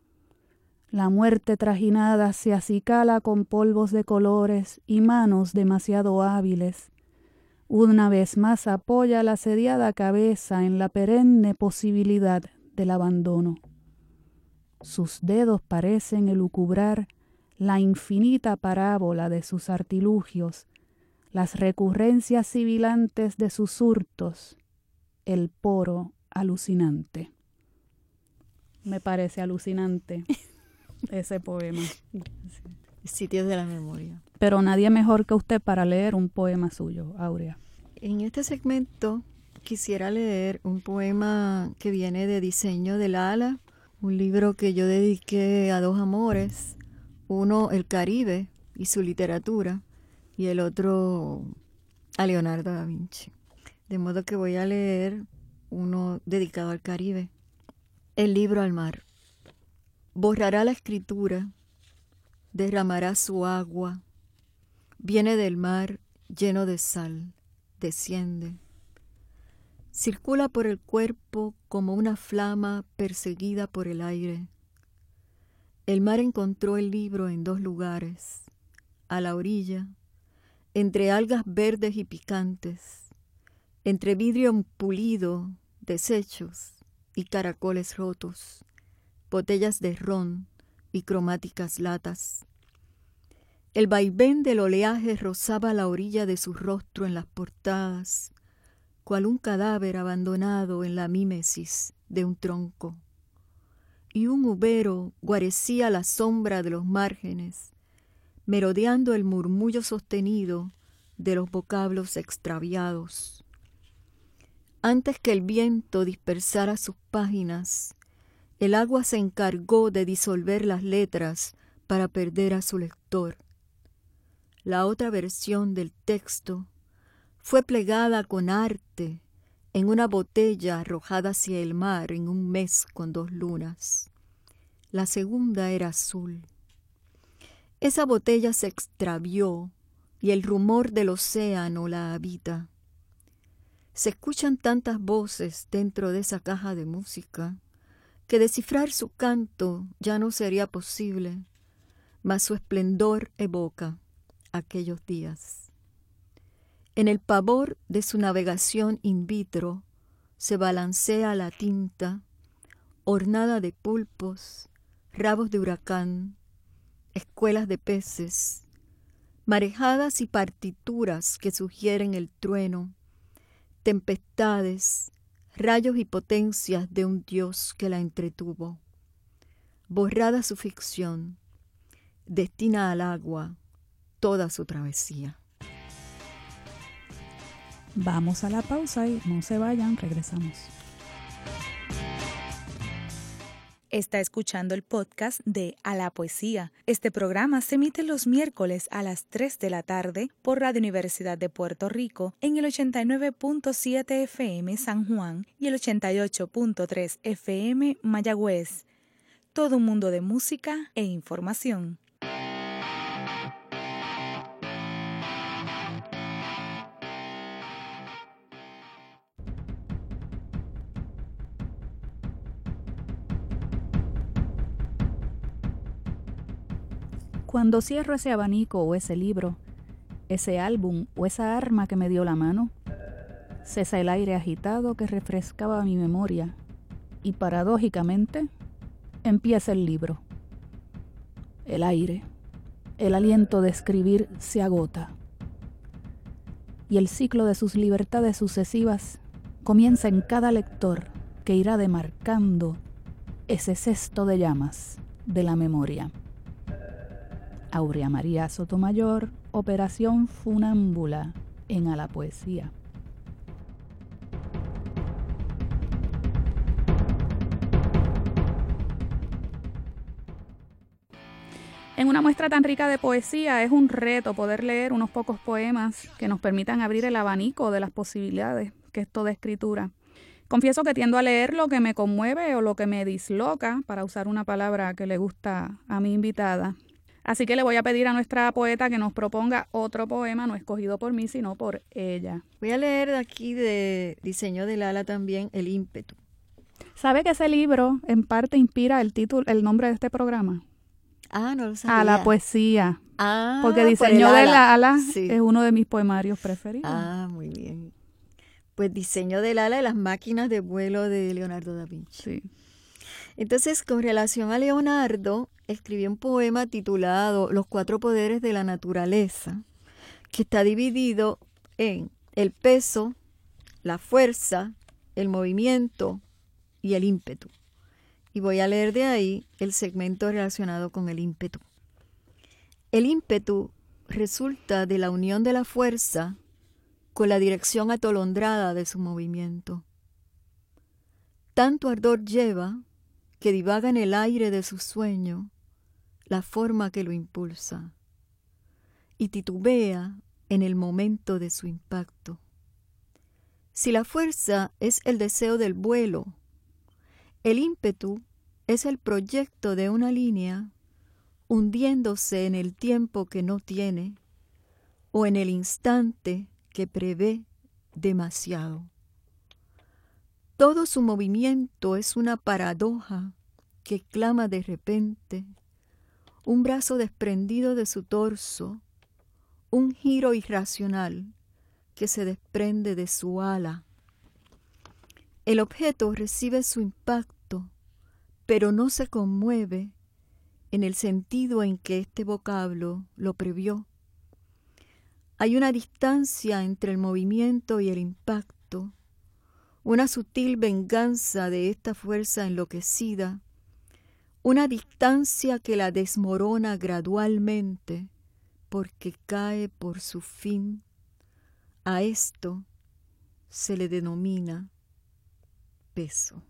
La muerte trajinada se acicala con polvos de colores y manos demasiado hábiles. Una vez más apoya la asediada cabeza en la perenne posibilidad del abandono. Sus dedos parecen elucubrar la infinita parábola de sus artilugios, las recurrencias sibilantes de sus hurtos, el poro alucinante. Me parece alucinante ese poema. Sitios de la memoria. Pero nadie mejor que usted para leer un poema suyo, Aurea. En este segmento quisiera leer un poema que viene de Diseño del Ala, un libro que yo dediqué a dos amores, uno el Caribe y su literatura, y el otro a Leonardo da Vinci. De modo que voy a leer uno dedicado al Caribe. El libro al mar. Borrará la escritura, derramará su agua, viene del mar lleno de sal, desciende. circula por el cuerpo como una flama perseguida por el aire. El mar encontró el libro en dos lugares, a la orilla, entre algas verdes y picantes, entre vidrio pulido, desechos y caracoles rotos, botellas de ron y cromáticas latas. El vaivén del oleaje rozaba la orilla de su rostro en las portadas, cual un cadáver abandonado en la mímesis de un tronco. Y un ubero guarecía la sombra de los márgenes, merodeando el murmullo sostenido de los vocablos extraviados. Antes que el viento dispersara sus páginas, el agua se encargó de disolver las letras para perder a su lector. La otra versión del texto fue plegada con arte en una botella arrojada hacia el mar en un mes con dos lunas. La segunda era azul. Esa botella se extravió y el rumor del océano la habita. Se escuchan tantas voces dentro de esa caja de música que descifrar su canto ya no sería posible, mas su esplendor evoca aquellos días. En el pavor de su navegación in vitro se balancea la tinta, ornada de pulpos, rabos de huracán, escuelas de peces, marejadas y partituras que sugieren el trueno, tempestades, rayos y potencias de un dios que la entretuvo. Borrada su ficción, destina al agua toda su travesía. Vamos a la pausa y no se vayan, regresamos. Está escuchando el podcast de A la Poesía. Este programa se emite los miércoles a las tres de la tarde por Radio Universidad de Puerto Rico en el ochenta y nueve punto siete F M San Juan y el ochenta y ocho punto tres F M Mayagüez. Todo un mundo de música e información. Cuando cierro ese abanico o ese libro, ese álbum o esa arma que me dio la mano, cesa el aire agitado que refrescaba mi memoria y paradójicamente empieza el libro. El aire, el aliento de escribir se agota y el ciclo de sus libertades sucesivas comienza en cada lector que irá demarcando ese cesto de llamas de la memoria. Aurea María Sotomayor, Operación Funámbula, en A la Poesía. En una muestra tan rica de poesía es un reto poder leer unos pocos poemas que nos permitan abrir el abanico de las posibilidades que es toda escritura. Confieso que tiendo a leer lo que me conmueve o lo que me disloca, para usar una palabra que le gusta a mi invitada. Así que le voy a pedir a nuestra poeta que nos proponga otro poema, no escogido por mí, sino por ella. Voy a leer de aquí de Diseño del Ala también, El ímpetu. ¿Sabe que ese libro en parte inspira el título, el nombre de este programa? Ah, no lo sabía. A la Poesía. Ah, porque Diseño por el del Ala sí. es uno de mis poemarios preferidos. Ah, muy bien. Pues Diseño del Ala y las máquinas de vuelo de Leonardo da Vinci. Sí. Entonces, con relación a Leonardo, escribió un poema titulado Los cuatro poderes de la naturaleza, que está dividido en el peso, la fuerza, el movimiento y el ímpetu. Y voy a leer de ahí el segmento relacionado con el ímpetu. El ímpetu resulta de la unión de la fuerza con la dirección atolondrada de su movimiento. Tanto ardor lleva que divaga en el aire de su sueño la forma que lo impulsa y titubea en el momento de su impacto. Si la fuerza es el deseo del vuelo, el ímpetu es el proyecto de una línea hundiéndose en el tiempo que no tiene o en el instante que prevé demasiado. Todo su movimiento es una paradoja que clama de repente, un brazo desprendido de su torso, un giro irracional que se desprende de su ala. El objeto recibe su impacto, pero no se conmueve en el sentido en que este vocablo lo previó. Hay una distancia entre el movimiento y el impacto, una sutil venganza de esta fuerza enloquecida, una distancia que la desmorona gradualmente porque cae por su fin. A esto se le denomina peso.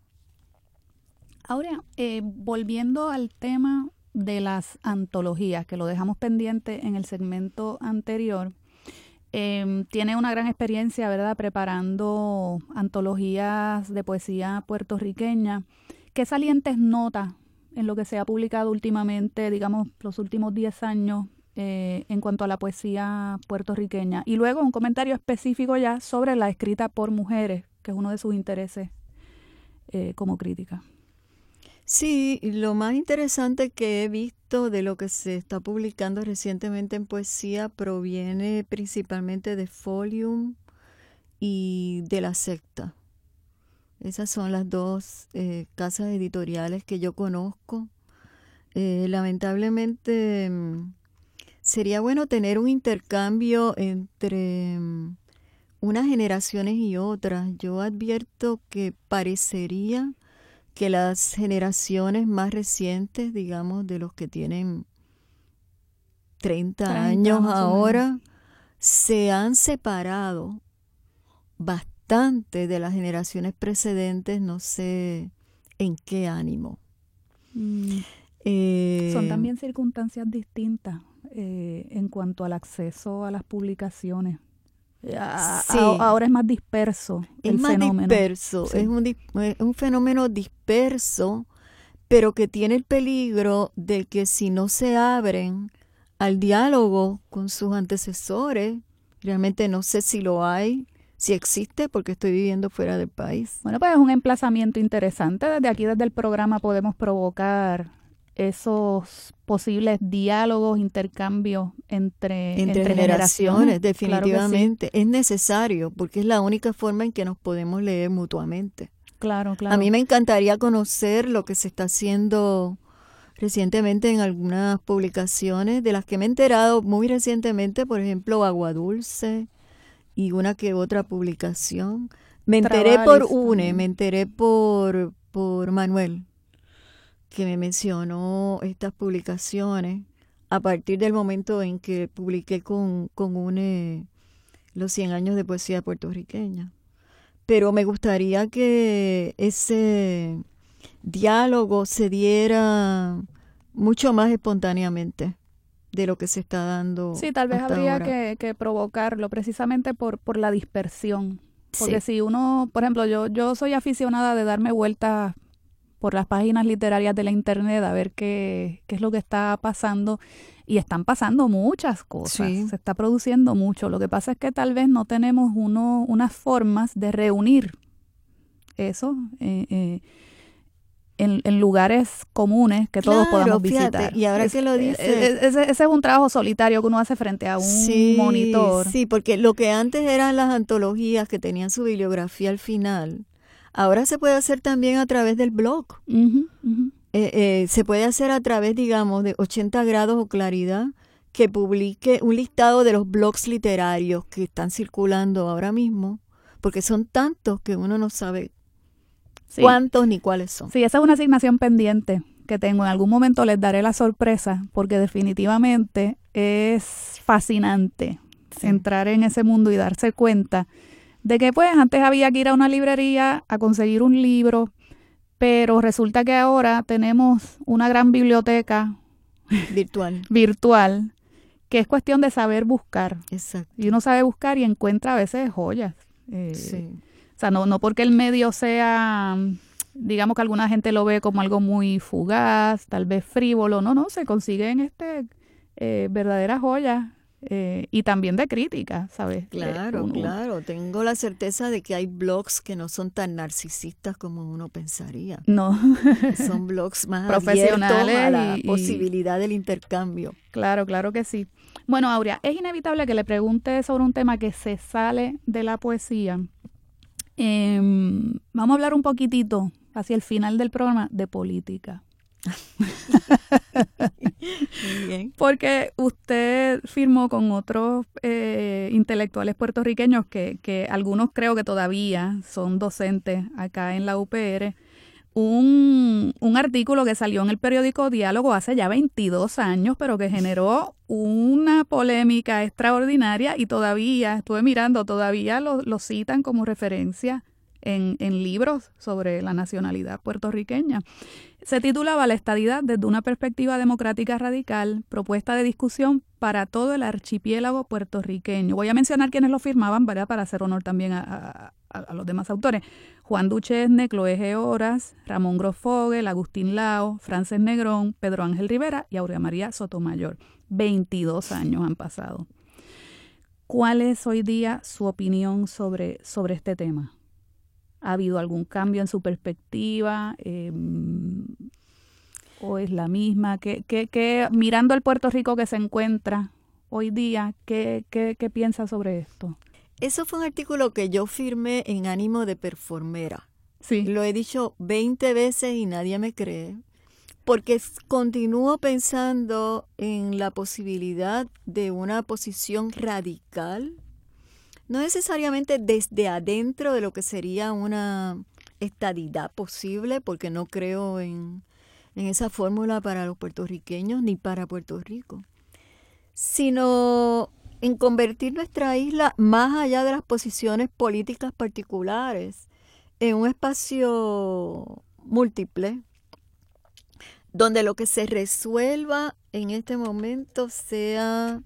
Aurea, eh, volviendo al tema de las antologías, que lo dejamos pendiente en el segmento anterior, eh, tiene una gran experiencia, ¿verdad?, preparando antologías de poesía puertorriqueña. ¿Qué salientes notas en lo que se ha publicado últimamente, digamos, los últimos diez años, eh, en cuanto a la poesía puertorriqueña? Y luego un comentario específico ya sobre la escrita por mujeres, que es uno de sus intereses eh, como crítica. Sí, lo más interesante que he visto de lo que se está publicando recientemente en poesía proviene principalmente de Folium y de La Secta. Esas son las dos eh, casas editoriales que yo conozco. Eh, lamentablemente mm, sería bueno tener un intercambio entre mm, unas generaciones y otras. Yo advierto que parecería que las generaciones más recientes, digamos, de los que tienen treinta años ahora, se han separado bastante de las generaciones precedentes, no sé en qué ánimo. Mm. Eh, Son también circunstancias distintas eh, en cuanto al acceso a las publicaciones. A, sí, a, ahora es más disperso el es más fenómeno. disperso, Sí. es un, es un fenómeno disperso, pero que tiene el peligro de que si no se abren al diálogo con sus antecesores, realmente no sé si lo hay, si existe, porque estoy viviendo fuera del país. Bueno, pues es un emplazamiento interesante. Desde aquí, desde el programa, podemos provocar esos posibles diálogos, intercambios entre, Entre, entre generaciones, generaciones. definitivamente. Claro que sí. Es necesario, porque es la única forma en que nos podemos leer mutuamente. Claro, claro. A mí me encantaría conocer lo que se está haciendo recientemente en algunas publicaciones, de las que me he enterado muy recientemente, por ejemplo, Agua Dulce y una que otra publicación. Me enteré Travalis por UNE, también. me enteré por, por Manuel, que me mencionó estas publicaciones a partir del momento en que publiqué con, con UNE los cien años de poesía puertorriqueña. Pero me gustaría que ese diálogo se diera mucho más espontáneamente de lo que se está dando. Sí, tal vez hasta habría ahora. que, que provocarlo precisamente por, por la dispersión. Porque Sí. si uno, por ejemplo, yo, yo soy aficionada de darme vueltas por las páginas literarias de la internet a ver qué, qué es lo que está pasando, y están pasando muchas cosas, Sí. se está produciendo mucho. Lo que pasa es que tal vez no tenemos uno, unas formas de reunir eso eh, eh, en, en lugares comunes que todos Claro, podamos fíjate, visitar. y ahora Es- que lo eh, dices- eh, Ese, ese es un trabajo solitario que uno hace frente a un Sí, monitor. sí, porque lo que antes eran las antologías que tenían su bibliografía al final, ahora se puede hacer también a través del blog. Ujú, ujú. Eh, eh, se puede hacer a través, digamos, de ochenta grados o Claridad, que publique un listado de los blogs literarios que están circulando ahora mismo, porque son tantos que uno no sabe Sí. cuántos ni cuáles son. Sí, esa es una asignación pendiente que tengo. En algún momento les daré la sorpresa, porque definitivamente es fascinante Sí. entrar en ese mundo y darse cuenta de que pues antes había que ir a una librería a conseguir un libro, pero resulta que ahora tenemos una gran biblioteca Virtual. virtual que es cuestión de saber buscar. Exacto. Y uno sabe buscar y encuentra a veces joyas. Eh, Sí. O sea, no, no porque el medio sea, digamos que alguna gente lo ve como algo muy fugaz, tal vez frívolo. No, no, se consiguen este eh, verdaderas joyas eh, y también de crítica, ¿sabes? Claro, eh, uno, claro. Tengo la certeza de que hay blogs que no son tan narcisistas como uno pensaría. No. Son blogs más profesionales abiertos a la y, posibilidad del intercambio. Claro, claro que sí. Bueno, Aurea, es inevitable que le pregunte sobre un tema que se sale de la poesía. Eh, vamos a hablar un poquitito, hacia el final del programa, de política. Muy bien. Porque usted firmó con otros eh, intelectuales puertorriqueños que, que algunos creo que todavía son docentes acá en la U P R, un, un artículo que salió en el periódico Diálogo hace ya veintidós años, pero que generó una polémica extraordinaria y todavía, estuve mirando, todavía lo, lo citan como referencia en, en libros sobre la nacionalidad puertorriqueña. Se titulaba La estadidad desde una perspectiva democrática radical, propuesta de discusión para todo el archipiélago puertorriqueño. Voy a mencionar quienes lo firmaban, ¿verdad?, para hacer honor también a, a, a los demás autores. Juan Duchesne, Chloe G. Horas, Ramón Grosfogel, Agustín Lao, Frances Negrón, Pedro Ángel Rivera y Aurea María Sotomayor. veintidós años han pasado. ¿Cuál es hoy día su opinión sobre, sobre este tema? ¿Ha habido algún cambio en su perspectiva? Eh, ¿O es la misma? ¿Qué, qué, qué, mirando el Puerto Rico que se encuentra hoy día, ¿qué, qué, qué piensa sobre esto? Eso fue un artículo que yo firmé en ánimo de performera. Sí. Lo he dicho veinte veces y nadie me cree, porque continúo pensando en la posibilidad de una posición radical, no necesariamente desde adentro de lo que sería una estadidad posible, porque no creo en, en esa fórmula para los puertorriqueños ni para Puerto Rico, sino en convertir nuestra isla más allá de las posiciones políticas particulares en un espacio múltiple, donde lo que se resuelva en este momento sea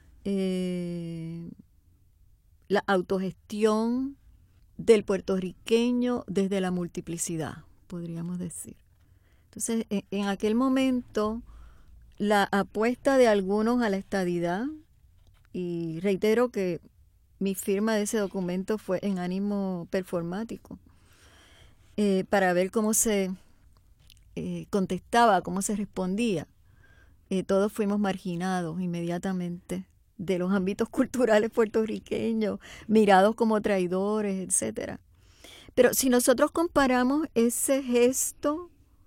eh, la autogestión del puertorriqueño desde la multiplicidad, podríamos decir. Entonces, en, en aquel momento, la apuesta de algunos a la estadidad, y reitero que mi firma de ese documento fue en ánimo performático, eh, para ver cómo se eh, contestaba, cómo se respondía. Eh, todos fuimos marginados inmediatamente de los ámbitos culturales puertorriqueños, mirados como traidores, etcétera. Pero si nosotros comparamos ese gesto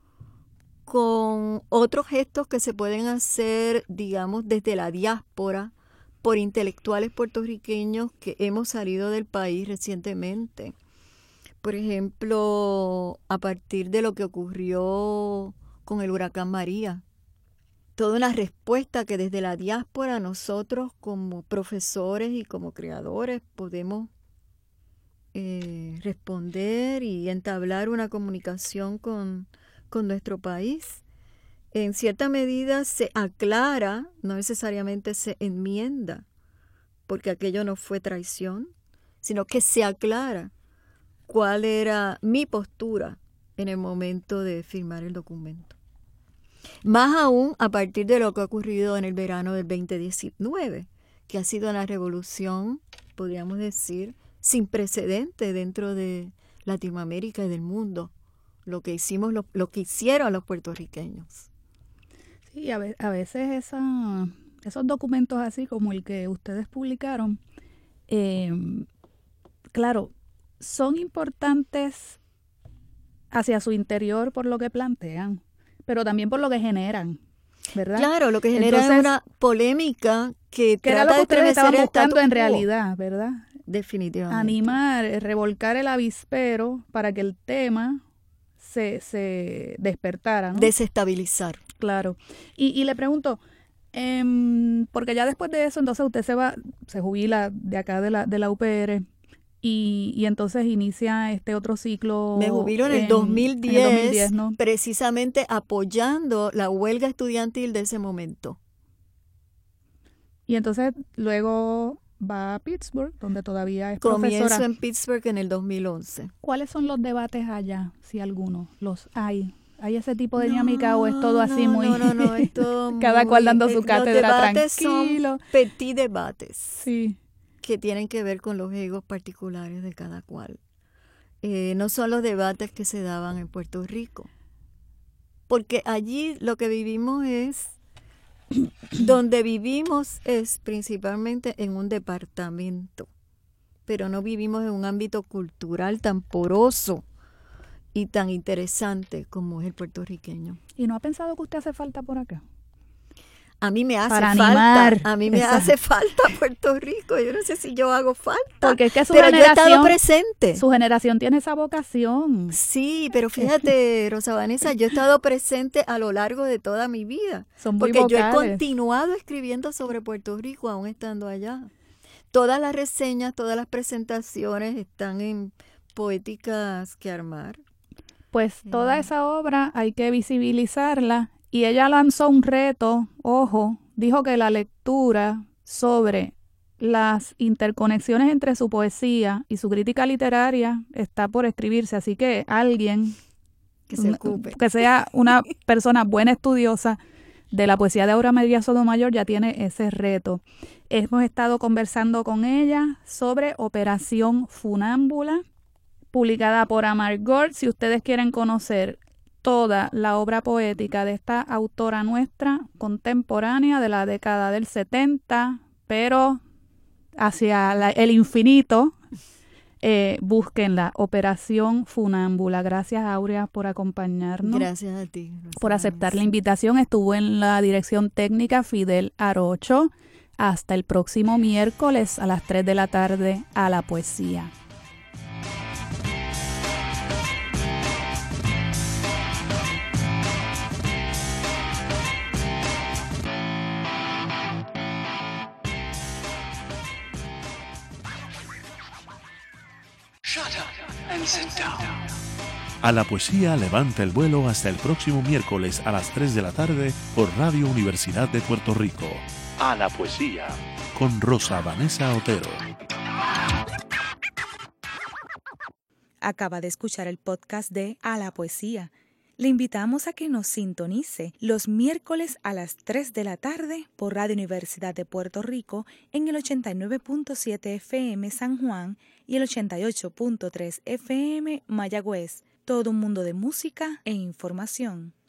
con otros gestos que se pueden hacer, digamos, desde la diáspora, por intelectuales puertorriqueños que hemos salido del país recientemente. Por ejemplo, a partir de lo que ocurrió con el huracán María. Toda una respuesta que desde la diáspora nosotros como profesores y como creadores podemos eh, responder y entablar una comunicación con, con nuestro país. En cierta medida se aclara, no necesariamente se enmienda, porque aquello no fue traición, sino que se aclara cuál era mi postura en el momento de firmar el documento. Más aún a partir de lo que ha ocurrido en el verano del veinte diecinueve, que ha sido una revolución, podríamos decir, sin precedente dentro de Latinoamérica y del mundo, lo que hicimos, lo, lo que hicieron los puertorriqueños. Sí, a, ve- a veces esa, esos documentos así como el que ustedes publicaron, eh, claro, son importantes hacia su interior por lo que plantean, pero también por lo que generan, ¿verdad? Claro, lo que genera Entonces, es una polémica que, que era trata lo que de ustedes estaban estremecer el buscando status en quo. realidad, ¿verdad? Definitivamente. Animar, eh, revolcar el avispero para que el tema se, se despertara, ¿no? Desestabilizar. Claro. Y, y le pregunto, eh, porque ya después de eso, entonces usted se va, se jubila de acá de la, de la U P R y, y entonces inicia este otro ciclo. Me jubilo en el en, dos mil diez, en el dos mil diez, ¿no? precisamente apoyando la huelga estudiantil de ese momento. Y entonces luego va a Pittsburgh, donde todavía es Comienzo profesora. en Pittsburgh en el dos mil once. ¿Cuáles son los debates allá, si alguno los hay? ¿Hay ese tipo de dinámica o es todo así no, muy... No, no, no, es todo cada muy, cual dando su los cátedra debates tranquilo? Son petit debates. Sí. Que tienen que ver con los egos particulares de cada cual. Eh, no son los debates que se daban en Puerto Rico. Porque allí lo que vivimos es, donde vivimos es principalmente en un departamento, pero no vivimos en un ámbito cultural tan poroso y tan interesante como es el puertorriqueño. ¿Y no ha pensado que usted hace falta por acá? A mí me hace Para falta, animar a mí me esa... hace falta Puerto Rico. Yo no sé si yo hago falta. Porque es que su pero generación, yo he estado presente. Su generación tiene esa vocación. Sí, pero fíjate, Rosa Vanessa, yo he estado presente a lo largo de toda mi vida. Son muy porque vocales. yo he continuado escribiendo sobre Puerto Rico aún estando allá. Todas las reseñas, todas las presentaciones están en Poéticas que Armar. Pues toda esa obra hay que visibilizarla. Y ella lanzó un reto, ojo, dijo que la lectura sobre las interconexiones entre su poesía y su crítica literaria está por escribirse, así que alguien que, se ocupe. que sea una persona buena estudiosa de la poesía de Aura María Sotomayor ya tiene ese reto. Hemos estado conversando con ella sobre Operación Funámbula, publicada por Amargor. Si ustedes quieren conocer toda la obra poética de esta autora nuestra contemporánea de la década del setenta, pero hacia la, el infinito, eh, búsquenla, Operación Funámbula. Gracias, Aurea, por acompañarnos. Gracias a ti, Rosa por aceptar Vanessa. la invitación. Estuvo en la dirección técnica Fidel Arocho. Hasta el próximo miércoles a las tres de la tarde a la poesía. Shut up and sit down. A la poesía levanta el vuelo hasta el próximo miércoles a las tres de la tarde por Radio Universidad de Puerto Rico. A la poesía. Con Rosa Vanessa Otero. Acaba de escuchar el podcast de A la Poesía. Le invitamos a que nos sintonice los miércoles a las tres de la tarde por Radio Universidad de Puerto Rico en el ochenta y nueve punto siete F M San Juan y el ochenta y ocho punto tres F M Mayagüez. Todo un mundo de música e información.